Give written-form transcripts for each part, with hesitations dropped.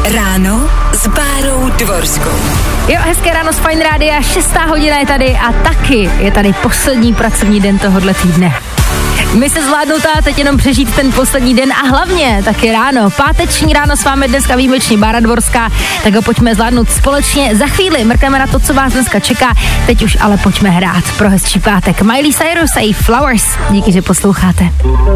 Ráno s Bárou Dvorskou. Jo, hezké ráno z Fajn Rádia, 6. hodina je tady a taky je tady poslední pracovní den tohohle týdne. My se zvládnutá teď jenom přežít ten poslední den a hlavně taky ráno. Páteční ráno s vámi dneska výjimečně Bára Dvorská, tak ho pojďme zvládnout společně. Za chvíli mrkneme na to, co vás dneska čeká. Teď už ale pojďme hrát pro hezčí pátek. Miley Cyrus a Flowers. Díky, že posloucháte.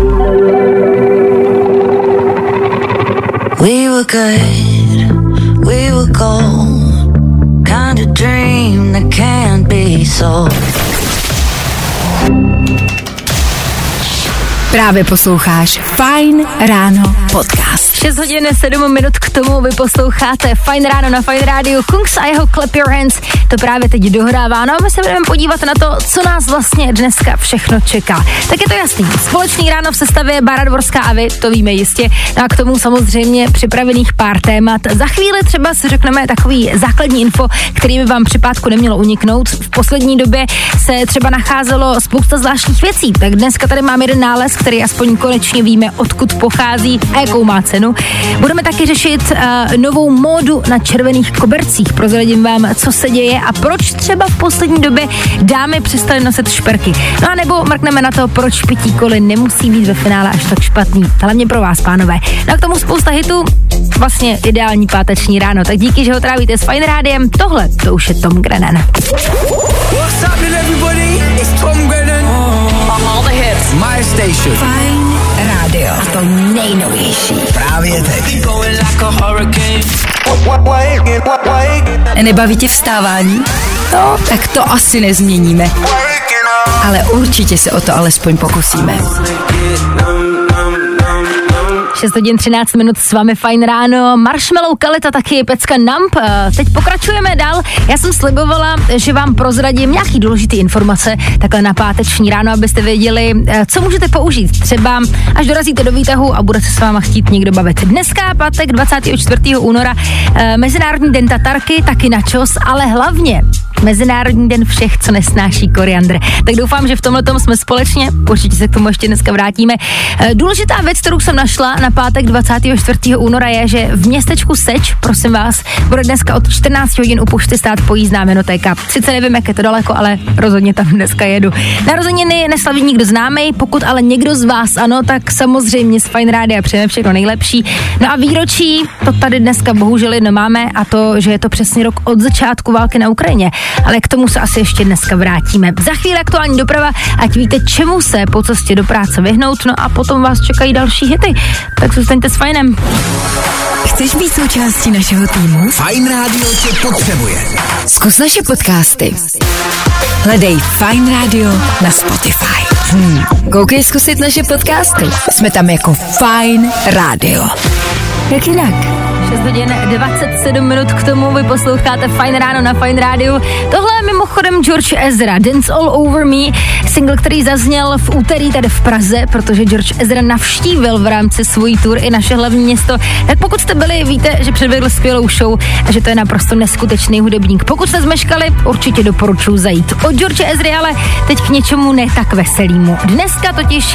We were good, we were gold, kind of dream that can't be sold. Právě posloucháš Fajn ráno podcast. 6 hodin 7 minut k tomu vy posloucháte Fajn ráno na Fajn rádiu. Kungs a jeho Clap Your Hands to právě teď dohrává. No a my se budeme podívat na to, co nás vlastně dneska všechno čeká. Tak je to jasný. Společný ráno v sestavě Bára Dvorská a vy, to víme jistě. No a k tomu samozřejmě připravených pár témat. Za chvíli třeba si řekneme takový základní info, který by vám při pátku nemělo uniknout. V poslední době se třeba nacházelo spousta zvláštních věcí. Tak dneska tady mám jeden nález, který aspoň konečně víme, odkud pochází a jakou má cenu. Budeme taky řešit novou módu na červených kobercích. Prozradím vám, co se děje a proč třeba v poslední době dámy přestaly nosit šperky. No a nebo mrkneme na to, proč pití koly nemusí být ve finále až tak špatný. Hlavně pro vás, pánové. No a k tomu spousta hitů, vlastně ideální páteční ráno. Tak díky, že ho trávíte s Fajn rádiem. Tohle, to už je Tom Grennan. What's happening, everybody? It's Tom Grennan. All the hits. My station. Fajn rádio. A to nejnovější. Právě teď. Nebaví tě vstávání? No, tak to asi nezměníme. Ale určitě se o to alespoň pokusíme. 6 hodin 13 minut s vámi Fajn ráno. Marshmallow Kalita, taky pecka Numb. Teď pokračujeme dál. Já jsem slibovala, že vám prozradím nějaký důležitý informace takhle na páteční ráno, abyste věděli, co můžete použít. Třeba až dorazíte do výtahu a bude se s váma chtít někdo bavit. Dneska, pátek 24. února, Mezinárodní den tatarky, taky načos, ale hlavně Mezinárodní den všech, co nesnáší koriandr. Tak doufám, že v tomhletom jsme společně, určitě se k tomu ještě dneska vrátíme. Důležitá věc, kterou jsem našla na pátek 24. února je, že v městečku Seč, prosím vás, bude dneska od 14 hodin u pošty stát pojízdná menotéka. Sice nevím, jak je to daleko, ale rozhodně tam dneska jedu. Narozeniny neslaví nikdo známej, pokud ale někdo z vás ano, tak samozřejmě z Fajn rádia přejeme všechno nejlepší. No a výročí, to tady dneska bohužel jedno máme, a to, že je to přesně rok od začátku války na Ukrajině. Ale k tomu se asi ještě dneska vrátíme. Za chvíli aktuální doprava, ať víte, čemu se po cestě do práce vyhnout, no a potom vás čekají další hity. Tak zůstaňte s Fajnem. Chceš být součástí našeho týmu? Fajn rádio tě potřebuje. Zkus naše podcasty. Hledej Fajn rádio na Spotify. Koukej zkusit naše podcasty. Jsme tam jako Fajn rádio. Jak jinak? 6 hodin 27 minut k tomu vy posloucháte Fajn ráno na Fajn rádiu. Tohle je mimochodem George Ezra, Dance All Over Me, single, který zazněl v úterý tady v Praze, protože George Ezra navštívil v rámci svojí tour i naše hlavní město. Tak pokud jste byli, víte, že předvedl skvělou show a že to je naprosto neskutečný hudebník. Pokud jste zmeškali, určitě doporučuji zajít. Od George Ezry ale teď k něčemu ne tak veselýmu. Dneska totiž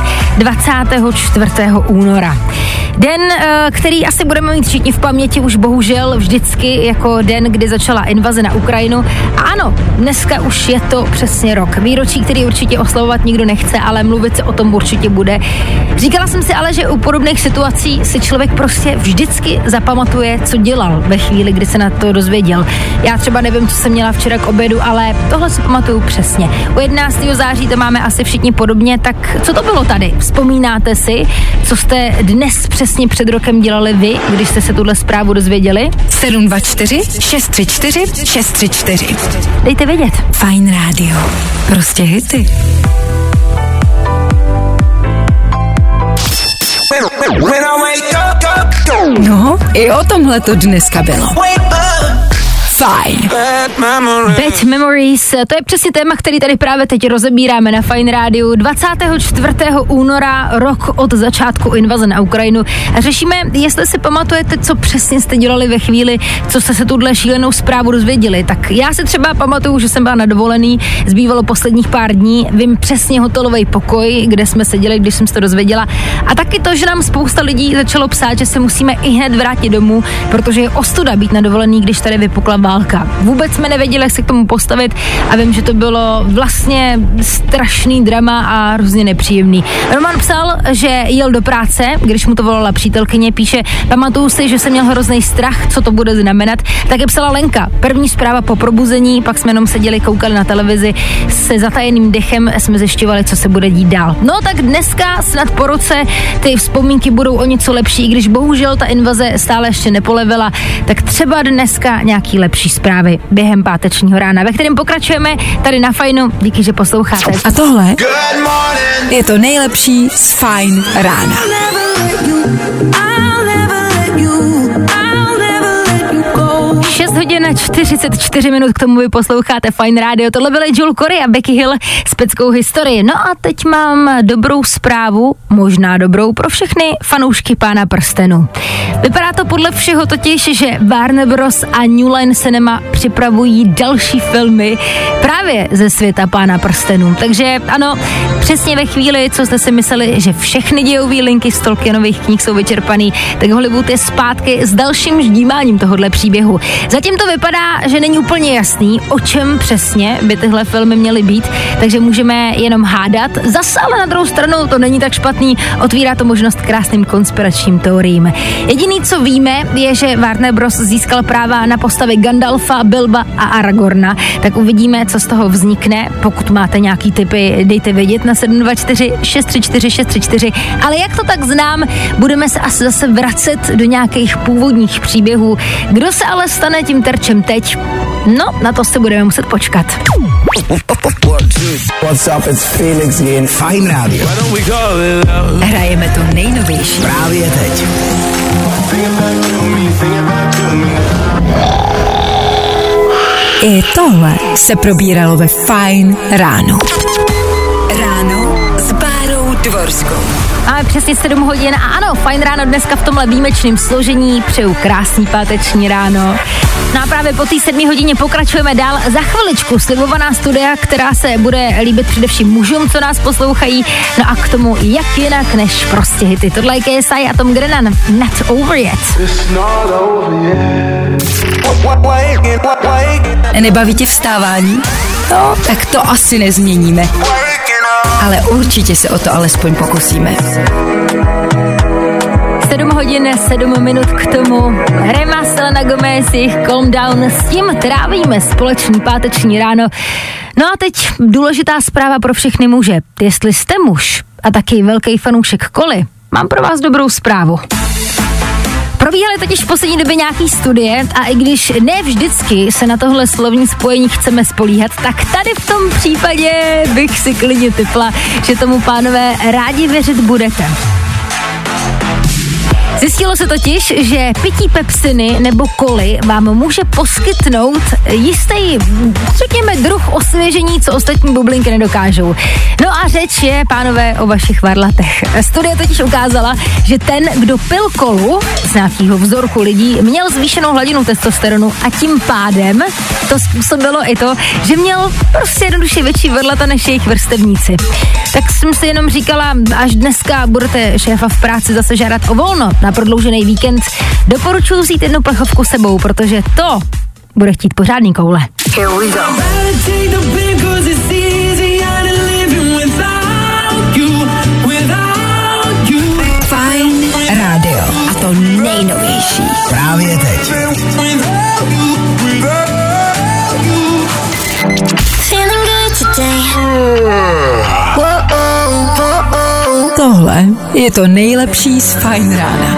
24. února. Den, který asi budeme mít všichni v paměti už bohužel vždycky jako den, kdy začala invaze na Ukrajinu. A ano, dneska už je to přesně rok. Výročí, který určitě oslavovat nikdo nechce, ale mluvit se o tom určitě bude. Říkala jsem si ale, že u podobných situací si člověk prostě vždycky zapamatuje, co dělal ve chvíli, kdy se na to dozvěděl. Já třeba nevím, co jsem měla včera k obědu, ale tohle si pamatuju přesně. U 11. září to máme asi všichni podobně, tak co to bylo tady? Vzpomínáte si, co jste dnes přesně před rokem dělali vy, když jste se tuhle zprávu dozvěděli? 724 634 634. Dejte vědět. Fajn rádio. Prostě hity. No, i o tomhle to dneska bylo. Fajn. Bad Memories, to je přesně téma, který tady právě teď rozebíráme na Fajn rádiu. 24. února, rok od začátku invaze na Ukrajinu a řešíme, jestli si pamatujete, co přesně jste dělali ve chvíli, co jste se tuhle šílenou zprávu dozvěděli. Tak já si třeba pamatuju, že jsem byla na dovolený, zbývalo posledních pár dní, vím přesně hotelový pokoj, kde jsme seděli, když jsem se to dozvěděla. A taky to, že nám spousta lidí začalo psát, že se musíme i hned vrátit domů, protože je ostuda být na dovolený, když tady vypukla válka. Vůbec jsme nevěděli, jak se k tomu postavit a vím, že to bylo vlastně strašný drama a hrozně nepříjemný. Roman psal, že jel do práce, když mu to volala přítelkyně, píše, pamatuju si, že jsem měl hrozný strach, co to bude znamenat. Taky psala Lenka, první zpráva po probuzení, pak jsme jenom seděli, koukali na televizi, se zatajeným dechem jsme zjišťovali, co se bude dít dál. No tak dneska snad po roce ty vzpomínky budou o něco lepší, i když bohužel ta invaze stále ještě nepolevila, tak třeba dneska nějaký lepší zprávy během pátečního rána, ve kterém pokračujeme tady na Fajnu. Díky, že posloucháte. A tohle je to nejlepší z Fajn rána. 6 hodin 44 minut, k tomu vy posloucháte Fajn rádio. Tohle byly Joel Corey a Becky Hill s peckou historii. No a teď mám dobrou zprávu, možná dobrou pro všechny fanoušky Pána prstenů. Vypadá to podle všeho totiž, že Warner Bros. A New Line Cinema připravují další filmy právě ze světa Pána prstenů. Takže ano, přesně ve chvíli, co jste si mysleli, že všechny dějové linky z Tolkienových knih jsou vyčerpaný, tak Hollywood je zpátky s dalším ždímáním tohohle příběhu. Zatím to vypadá, že není úplně jasný, o čem přesně by tyhle filmy měly být, takže můžeme jenom hádat. Zase ale na druhou stranu to není tak špatný, otvírá to možnost krásným konspiračním teoriím. Jediný, co víme, je, že Warner Bros. Získal práva na postavy Gandalfa, Bilba a Aragorna, tak uvidíme, co z toho vznikne. Pokud máte nějaký tipy, dejte vědět na 724 634 634, ale jak to tak znám, budeme se asi zase vracet do nějakých původních příběhů. Kdo se ale stane tím terčem teď? No, na to se budeme muset počkat. What's up, it's Felix Jen. Fajn rádio. Hrajeme to nejnovější. Právě teď. I tohle se probíralo ve Fajn ráno. Ráno s Bárou Dvorskou. Máme přesně 7 hodin a ano, Fajn ráno dneska v tomhle výjimečném složení. Přeju krásný páteční ráno. No a právě po té 7 hodině pokračujeme dál. Za chviličku slibovaná studia, která se bude líbit především mužům, co nás poslouchají. No a k tomu jak jinak než prostě hity. Tohle je KSI a Tom Grennan. Not over yet. Nebaví tě vstávání? No, tak to asi nezměníme. Ale určitě se o to alespoň pokusíme. 7 hodin, 7 minut k tomu. Rema, Selena Gomez, jejich Calm Down, s tím trávíme společný páteční ráno. No a teď důležitá zpráva pro všechny muže. Jestli jste muž a taky velký fanoušek koly, mám pro vás dobrou zprávu. Probíhaly totiž v poslední době nějaký studie a i když ne vždycky se na tohle slovní spojení chceme spolíhat, tak tady v tom případě bych si klidně tipla, že tomu pánové rádi věřit budete. Zjistilo se totiž, že pití pepsiny nebo koly vám může poskytnout jistý, řekněme, druh osvěžení, co ostatní bublinky nedokážou. No a řeč je, pánové, o vašich varlatech. Studie totiž ukázala, že ten, kdo pil kolu z nějakého vzorku lidí, měl zvýšenou hladinu testosteronu a tím pádem to způsobilo i to, že měl prostě jednoduše větší varlata než jejich vrstevníci. Tak jsem si jenom říkala, až dneska budete šéfa v práci zase žádat o volno na prodloužený víkend, doporučuji vzít jednu plechovku sebou, protože to bude chtít pořádný koule. Here we go. Fajn rádio. A to nejnovější. Právě teď. Tohle je to nejlepší z Fajn rána.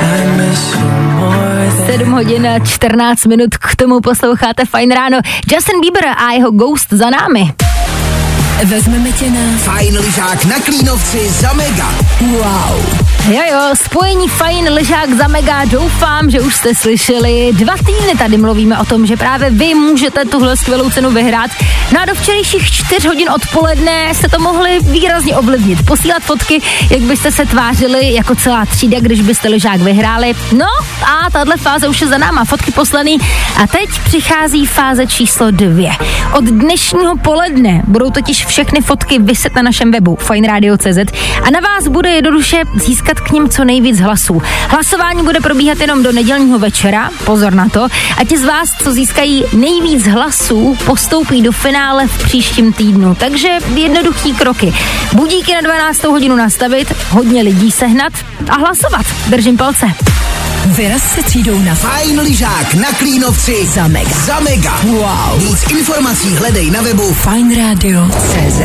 7 hodin 14 minut, k tomu posloucháte Fajn ráno. Justin Bieber a jeho Ghost za námi. Vezmeme tě na Fajn lyžák na Klínovci za mega. wow. Jo, spojení Fajn lyžák za mega, doufám, že už jste slyšeli. 2 týdny tady mluvíme o tom, že právě vy můžete tuhle skvělou cenu vyhrát. No a do včerejších 4 hodin odpoledne jste to mohli výrazně ovlivnit. Posílat fotky, jak byste se tvářili jako celá třída, když byste lyžák vyhráli. No a tahle fáze už je za náma, fotky poslaný. A teď přichází fáze číslo 2. Od dnešního poledne budou totiž všechny fotky viset na našem webu fajnradio.cz a na vás bude jednoduše získat k nim co nejvíc hlasů. Hlasování bude probíhat jenom do nedělního večera, pozor na to, a ti z vás, co získají nejvíc hlasů, postoupí do finále v příštím týdnu. Takže jednoduchý kroky. Budíky na 12. hodinu nastavit, hodně lidí sehnat a hlasovat. Držím palce. Vyraz se třídou na Fajn lyžák na Klínovci za mega. Za mega. Wow. Víc informací hledej na webu fajnradio.cz.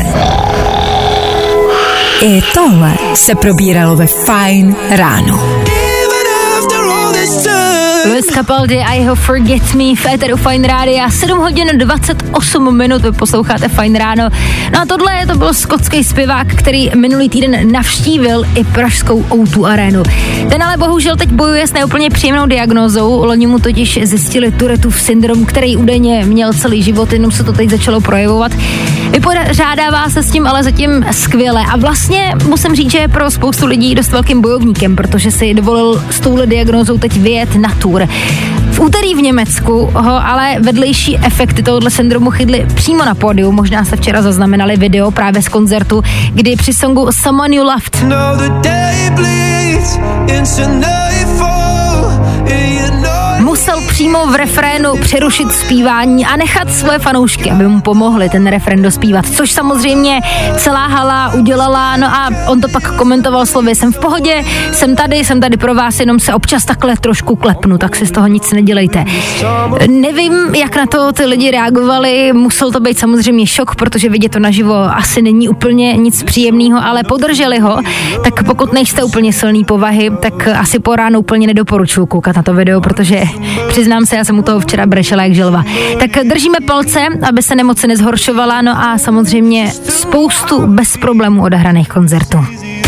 I tohle se probíralo ve Fajn ráno. Luis Capaldi a jeho Forget Me v éteru Fajn rádia. 7 hodin 28 minut, vy posloucháte Fajn ráno. No a tohle to byl skotský zpěvák, který minulý týden navštívil i pražskou O2 arénu. Ten ale bohužel teď bojuje s neúplně příjemnou diagnózou. Loni mu totiž zjistili Tourettův syndrom, který údajně měl celý život, jenom se to teď začalo projevovat. Vypořádává se s tím ale zatím skvěle a vlastně musím říct, že je pro spoustu lidí dost velkým bojovníkem, protože si dovolil s touhle diagnózou teď vyjet na tour. V úterý v Německu ho ale vedlejší efekty tohohle syndromu chytly přímo na pódiu. Možná jste včera zaznamenali video právě z koncertu, kdy při songu Someone You Loved musel přímo v refrénu přerušit zpívání a nechat svoje fanoušky, aby mu pomohli ten refrén dospívat, což samozřejmě celá hala udělala, no a on to pak komentoval slovy: jsem v pohodě, jsem tady pro vás, jenom se občas takhle trošku klepnu, tak si z toho nic nedělejte. Nevím, jak na to ty lidi reagovali, musel to být samozřejmě šok, protože vidět to naživo asi není úplně nic příjemného, ale podrželi ho, tak pokud nejste úplně silný povahy, tak asi po ránu úplně nedoporučuji koukat na to video, protože přiznám se, já jsem u toho včera brečela jak želva. Tak držíme palce, aby se nemoc nezhoršovala, no a samozřejmě spoustu bez problémů odehraných koncertů.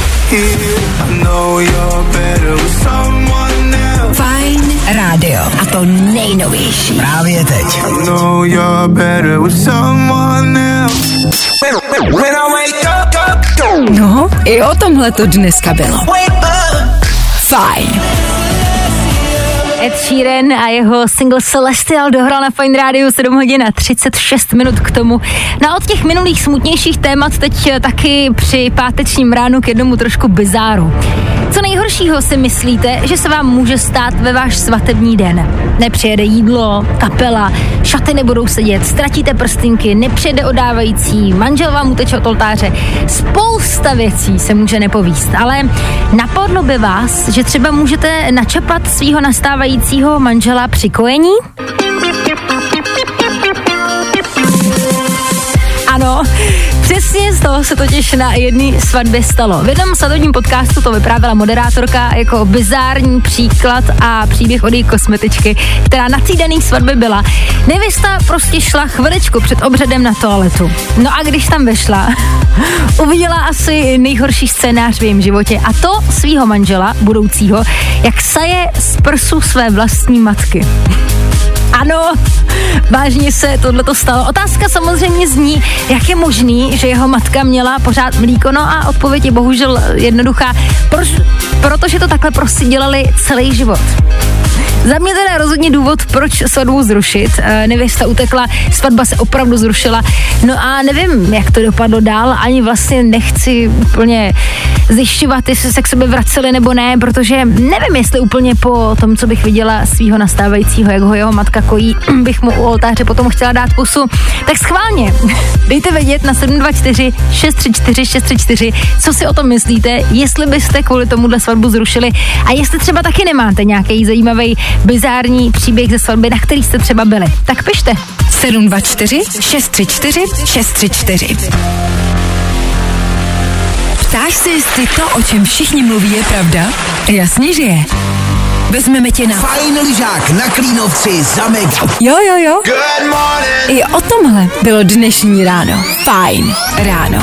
Fajn rádio. A to nejnovější. právě teď. No, i o tomhle to dneska bylo. Fajn. Ed Sheeran a jeho single Celestial dohrál na Fajn rádiu 7 hodin a 36 minut k tomu. No a od těch minulých smutnějších témat teď taky při pátečním ránu k jednomu trošku bizáru. Co nejhoršího si myslíte, že se vám může stát ve váš svatební den? Nepřijede jídlo, kapela, šaty nebudou sedět, ztratíte prstynky, nepřijede odávající, manžel vám uteče od oltáře. Spousta věcí se může nepovíst, ale napadlo by vás, že třeba můžete načapat svýho nastávajícího manžela při kojení? Ano, přesně z toho se totiž na jedné svatbě stalo. V jednom svatebním podcastu to vyprávěla moderátorka jako bizární příklad a příběh od její kosmetičky, která na té dané svatbě byla. Nevěsta prostě šla chviličku před obřadem na toaletu. No a když tam vešla, uviděla asi nejhorší scénář v jejím životě, a to svýho manžela, budoucího, jak saje z prsu své vlastní matky. Ano, vážně se tohleto stalo. Otázka samozřejmě zní, jak je možný, že jeho matka měla pořád mlíko, no a odpověď je bohužel jednoduchá, protože to takhle prostě dělali celý život. Za mě teda rozhodně důvod, proč svatbu zrušit. Nevěsta utekla, svatba se opravdu zrušila. No a nevím, jak to dopadlo dál, ani vlastně nechci úplně zjišťovat, jestli se k sobě vraceli nebo ne, protože nevím, jestli úplně po tom, co bych viděla svýho nastávajícího, jak ho jeho matka kojí, bych mu u oltáře potom chtěla dát pusu. Tak schválně, dejte vědět na 724 634 634, co si o tom myslíte, jestli byste kvůli tomuhle svatbu zrušili a jestli třeba taky nemáte nějaký zajímavý bizární příběh ze svatby, na který jste třeba byli. Tak pište. 724 634 634. Ptáš se, jestli to, o čem všichni mluví, je pravda? Jasně, že je. vezmeme tě na Fajn lyžák na Klínovci za mega. Jo. Good morning. I o tomhle bylo dnešní ráno. Fajn ráno.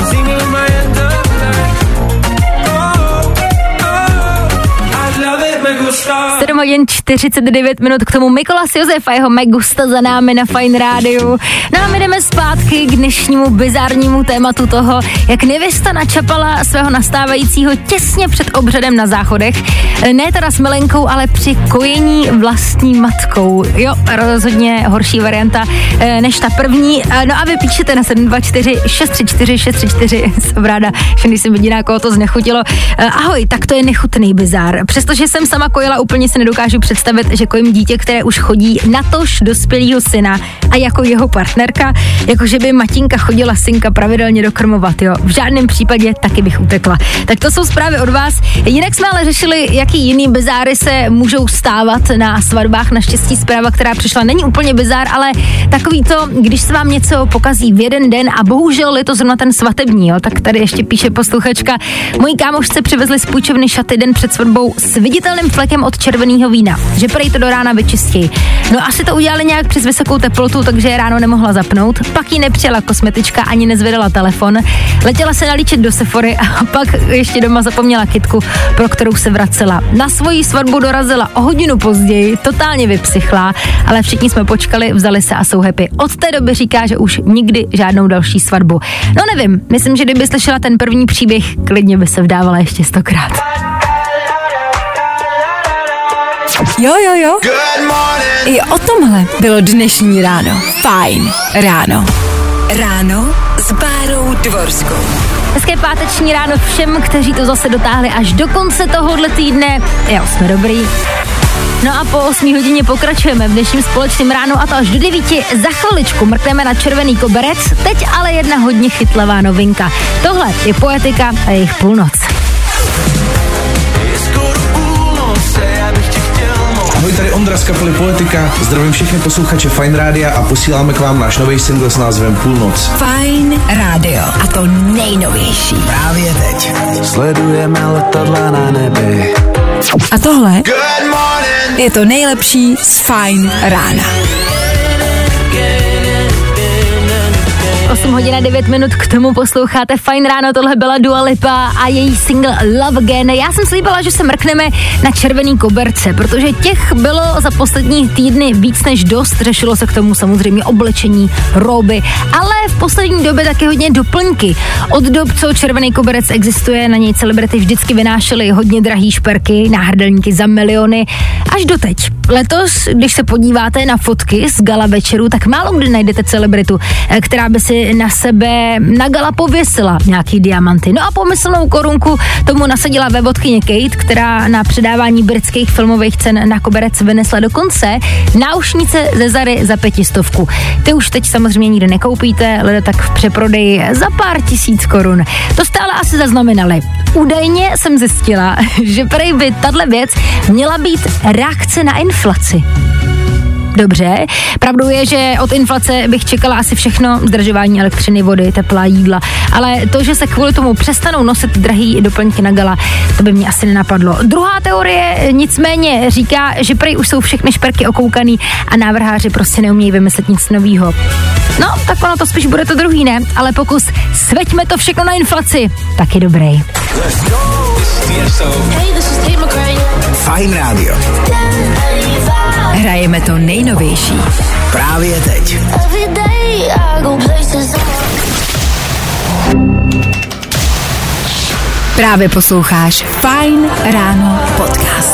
7 hodin 49 minut, k tomu Mikolas Josef a jeho Megusta za námi na Fajn rádiu. No a my jdeme zpátky k dnešnímu bizarnímu tématu toho, jak nevěsta načapala svého nastávajícího těsně před obřadem na záchodech. Ne teda s milenkou, ale při kojení vlastní matkou. Jo, rozhodně horší varianta než ta první. No a vy píšete na 724 634 634. Jsem ráda, že nejsem jediná, koho to znechutilo. Ahoj, tak to je nechutný bizár. Přestože jsem sama kojila, úplně si nedokážu představit, že kojím dítě, které už chodí, natož dospělýho syna a jako jeho partnerka, jakože by matinka chodila synka pravidelně dokrmovat, jo. V žádném případě taky bych utekla. Tak to jsou zprávy od vás. Jinak jsme ale řešili, jaký jiný bizáry se můžou stávat na svatbách. Naštěstí zpráva, která přišla, není úplně bizár, ale takový to, když se vám něco pokazí v jeden den a bohužel je to zrovna ten svatební, jo. Tak tady ještě píše posluchačka: mojí kámošce přivezli z půjčovny šaty den před svatbou s viditelným flekem od červeného vína, že prej to do rána vyčistí. No asi to udělali nějak přes vysokou teplotu, takže je ráno nemohla zapnout. Pak jí nepřijela kosmetička, ani nezvedala telefon. Letěla se nalíčit do Sephory a pak ještě doma zapomněla kytku, pro kterou se vracela. Na svoji svatbu dorazila o hodinu později, totálně vypsychlá, ale všichni jsme počkali, vzali se a jsou happy. Od té doby říká, že už nikdy žádnou další svatbu. No nevím, myslím, že kdyby slyšela ten první příběh, klidně by se vdávala ještě 100krát. Jo. Good morning. I o tomhle bylo dnešní ráno. Fajn ráno. Ráno s Bárou Dvorskou. Hezké páteční ráno všem, kteří to zase dotáhli až do konce tohohle týdne. Jo, jsme dobrý. No a po 8 hodině pokračujeme v dnešním společném ránu, a to až do 9. Za chviličku mrkneme na červený koberec. Teď ale jedna hodně chytlavá novinka. Tohle je Poetika a jejich Půlnoc. Ahoj, tady Ondra z kapely Poetika. Zdravím všechny posluchače Fajn rádia a posíláme k vám náš nový single s názvem Půlnoc. Fajn rádio a to nejnovější. Právě teď. Sledujeme letadla na nebi. A tohle Good morning. je to nejlepší z Fajn rána. 8 hodin a 9 minut, k tomu posloucháte Fajn ráno, tohle byla Dua Lipa a její single Love Again. Já jsem slíbila, že se mrkneme na červený koberce, protože těch bylo za poslední týdny víc než dost, řešilo se k tomu samozřejmě oblečení, roby, ale v poslední době taky hodně doplňky. Od dob, co červený koberec existuje, na něj celebrity vždycky vynášely hodně drahý šperky, náhrdelníky za miliony, až doteď. Letos, když se podíváte na fotky z gala večeru, tak málo kdy najdete celebritu, která by si na sebe na gala pověsila nějaký diamanty. No a pomyslnou korunku tomu nasadila webotkyně Kate, která na předávání britských filmových cen na koberec vynesla dokonce náušnice ze Zary za 500. Ty už teď samozřejmě nikde nekoupíte, leda tak v přeprodeji za pár tisíc korun. To stále asi zaznamenali. Údajně jsem zjistila, že prej by tahle věc měla být reakce na inflaci. Dobře, pravdou je, že od inflace bych čekala asi všechno, zdražování elektřiny, vody, tepla, jídla, ale to, že se kvůli tomu přestanou nosit drahý doplňky na gala, to by mě asi nenapadlo. Druhá teorie nicméně říká, že prej už jsou všechny šperky okoukaný a návrháři prostě neumějí vymyslet nic novýho. No, tak ono to spíš bude to druhý, ne? Ale pokus sveďme to všechno na inflaci, tak je dobrý. Fajn rádio. Hrajeme to nejnovější. Právě teď. Právě posloucháš Fajn ráno podcast.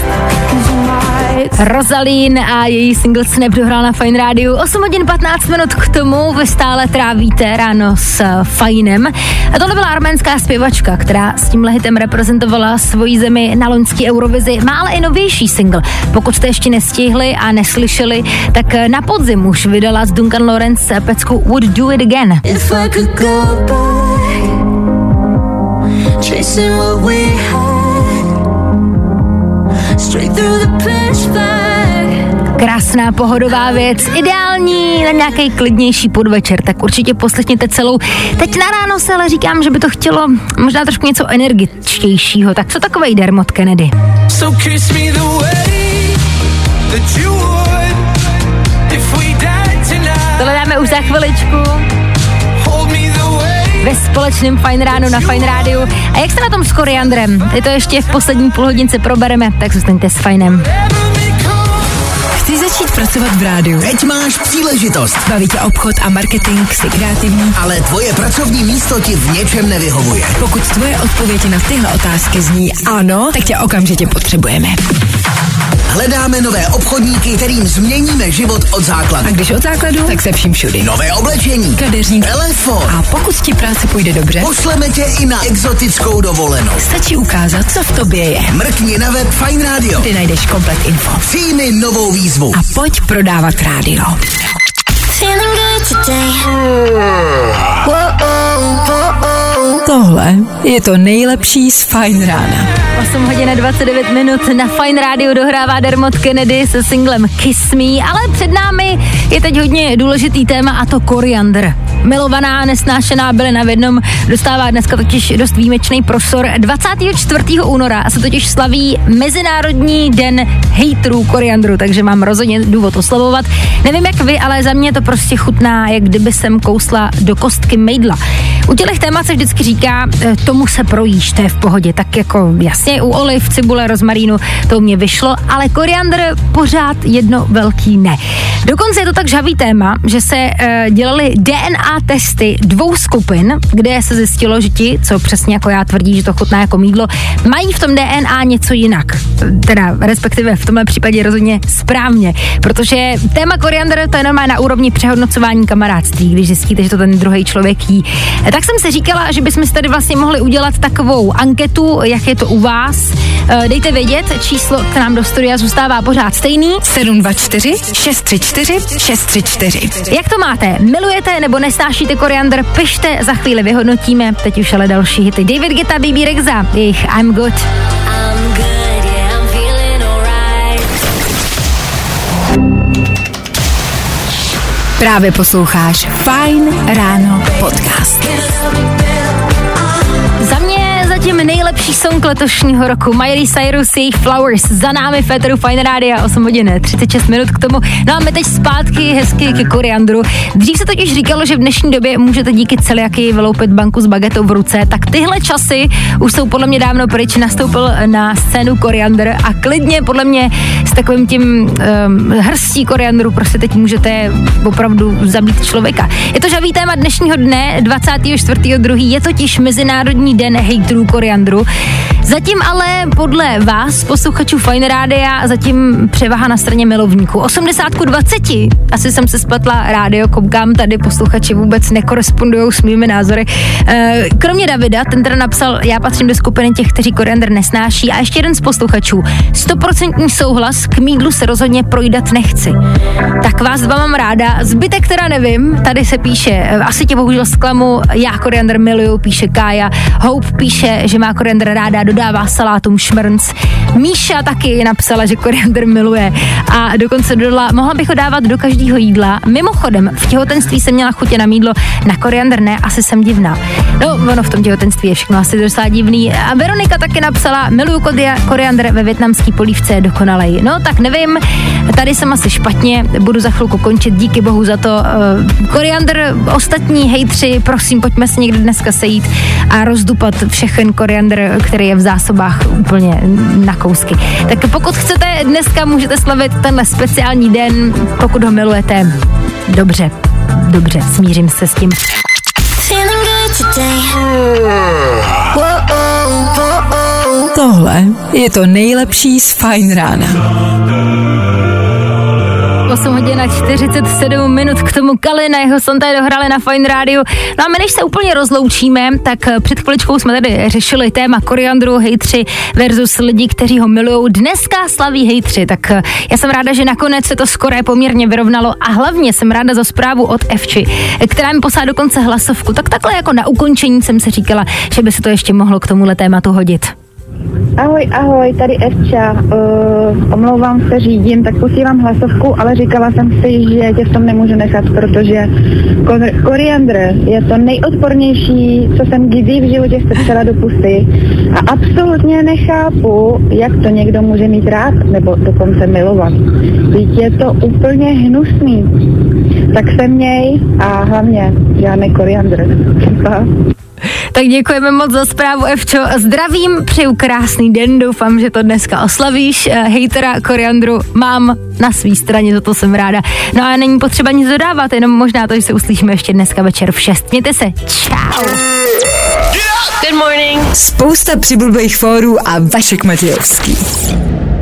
Rosalín a její single Snap dohrál na Fajn rádiu. 8 hodin 15 minut, k tomu vy stále trávíte ráno s Fajnem. A tohle byla arménská zpěvačka, která s tímhle hitem reprezentovala svoji zemi na loňský Eurovizi. Má ale i novější single. Pokud jste ještě nestihli a neslyšeli, tak na podzim už vydala s Duncan Lawrence pecku Would Do It Again. If I could go back, chasing what we had, straight through the pitch black. Krásná pohodová věc, ideální na nějaký klidnější podvečer, tak určitě poslechněte celou. Teď na ráno se ale říkám, že by to chtělo možná trošku něco energičtějšího, tak co takovej Dermot Kennedy? So kiss me the way za chviličku ve společném Fajn ráno na Fajn rádiu. A jak jste na tom s koriandrem? Je to ještě v poslední půlhodince probereme, tak zůstaňte s Fajnem. Chceš začít pracovat v rádiu? Teď máš příležitost. Baví tě obchod a marketing, jsi kreativní? Ale tvoje pracovní místo ti v něčem nevyhovuje. Pokud tvoje odpověď na tyhle otázky zní ano, tak tě okamžitě potřebujeme. Hledáme nové obchodníky, kterým změníme život od základu. A když od základu, tak se vším všudy. Nové oblečení, kadeřník, telefon. A pokud ti práce půjde dobře, pošleme tě i na exotickou dovolenou. Stačí ukázat, co v tobě je. Mrkni na web Fajn Radio, kde najdeš komplet info. Přijmi novou výzvu a pojď prodávat rádio. Tohle je to nejlepší z Fajn rána. 8 hodin a 29 minut na Fajn rádiu dohrává Dermot Kennedy se singlem Kiss Me, ale před námi je teď hodně důležitý téma a to koriandr. Milovaná, nesnášená bylina v jednom dostává dneska totiž dost výjimečný prostor. 24. února se totiž slaví Mezinárodní den hejtrů koriandru, takže mám rozhodně důvod oslavovat. Nevím jak vy, ale za mě to prostě chutná, jak kdyby jsem kousla do kostky mejdla. U těch témat se vždycky říká, tomu se projíš, to je v pohodě, tak jako jasně u oliv, cibule, rozmarínu to mě vyšlo, ale koriandr pořád jedno velký ne. Dokonce je to tak žhavý téma, že se dělaly DNA testy 2 skupin, kde se zjistilo, že ti, co přesně jako já tvrdí, že to chutná jako mýdlo, mají v tom DNA něco jinak. Teda respektive v tomhle případě rozhodně správně, protože téma koriandr to je normálně na úrovni přehodnocování kamarádství, když zjistíte, že to ten druhý člověk jí. Tak jsem si říkala, že bychom si tady vlastně mohli udělat takovou anketu, jak je to u vás. Dejte vědět, číslo k nám do studia zůstává pořád stejný. 724 634 634. Jak to máte? Milujete nebo nesnášíte koriandr? Pište, za chvíli vyhodnotíme. Teď už ale další hity. David Guetta, Baby Rexha, jejich I'm Good. Právě posloucháš Fajn ráno podcast. Za mě zatím nejlepší song letošního roku. Miley Cyrus, jejich Flowers. Za námi v éteru Fajn rádia 8 hodin 36 minut k tomu. No a my teď zpátky hezky ke koriandru. Dřív se totiž říkalo, že v dnešní době můžete díky celiakii vyloupit banku s bagetou v ruce, tak tyhle časy už jsou podle mě dávno pryč. Nastoupil na scénu koriandr a klidně podle mě s takovým tím hrstí koriandru prostě teď můžete opravdu zabít člověka. Je to žavý téma dnešního dne, 24.2. Je totiž Mezinárodní den hejtrů koriandru. Zatím ale podle vás, posluchačů Fajn rádia, zatím převaha na straně milovníků. 80:20. Asi jsem se spletla rádio, koukám tady, posluchači vůbec nekorespondujou s mými názory. Kromě Davida, ten teda napsal, já patřím do skupiny těch, kteří koriandr nesnáší, a ještě jeden z posluchačů. 100% souhlas, k mýdlu se rozhodně projdat nechci. Tak vás dva mám ráda, zbytek teda nevím, tady se píše, asi tě bohužel zklamu, já koriandr miluju, píše Kája. Hope píše, že má koriandr ráda, dodává salátům šmrnc. Míša taky napsala, že koriandr miluje a dokonce dodala, mohla bych ho dávat do každého jídla. Mimochodem, v těhotenství jsem měla chutě na mýdlo, na koriandr ne, asi jsem divná. No, ono v tom těhotenství je všechno asi docela divný. A Veronika taky napsala, miluju koriandr ve vietnamský polívce dokonalej. No, tak nevím, tady jsem asi špatně, budu za chvilku končit, díky bohu za to. Koriandr, ostatní hejtři, prosím, pojďme se někdy dneska sejít a rozdupat všechen koriandr, který je v zásobách úplně na kousky. Tak pokud chcete, dneska můžete slavit tenhle speciální den, pokud ho milujete. Dobře, smířím se s tím. Tohle je to nejlepší z Fajn rána. 8 hodin a 47 minut k tomu Kalina, jeho sonté dohrali na Fajn rádiu. No a my než se úplně rozloučíme, tak před chviličkou jsme tady řešili téma koriandru, hejtři versus lidi, kteří ho milujou. Dneska slaví hejtři, tak já jsem ráda, že nakonec se to skoro poměrně vyrovnalo a hlavně jsem ráda za zprávu od Evči, která mi poslala dokonce hlasovku. Tak takhle jako na ukončení jsem se říkala, že by se to ještě mohlo k tomuhle tématu hodit. Ahoj, tady Evča. Omlouvám se, řídím, tak posílám hlasovku, ale říkala jsem si, že tě v tom nemůžu nechat, protože koriandr je to nejodpornější, co jsem kdy v životě strčela do pusy. A absolutně nechápu, jak to někdo může mít rád, nebo dokonce milovat. Vždyť je to úplně hnusný. Tak se měj a hlavně žádný koriandr. Tak děkujeme moc za zprávu, Evčo. Zdravím, přeju krásný den, doufám, že to dneska oslavíš. Hejtera koriandru mám na svý straně, za to jsem ráda. No a není potřeba nic dodávat, jenom možná to, že se uslyšíme ještě dneska večer v 6. Mějte se, čau. Good morning. Spousta přibulbých fórů a Vašek Matějovský.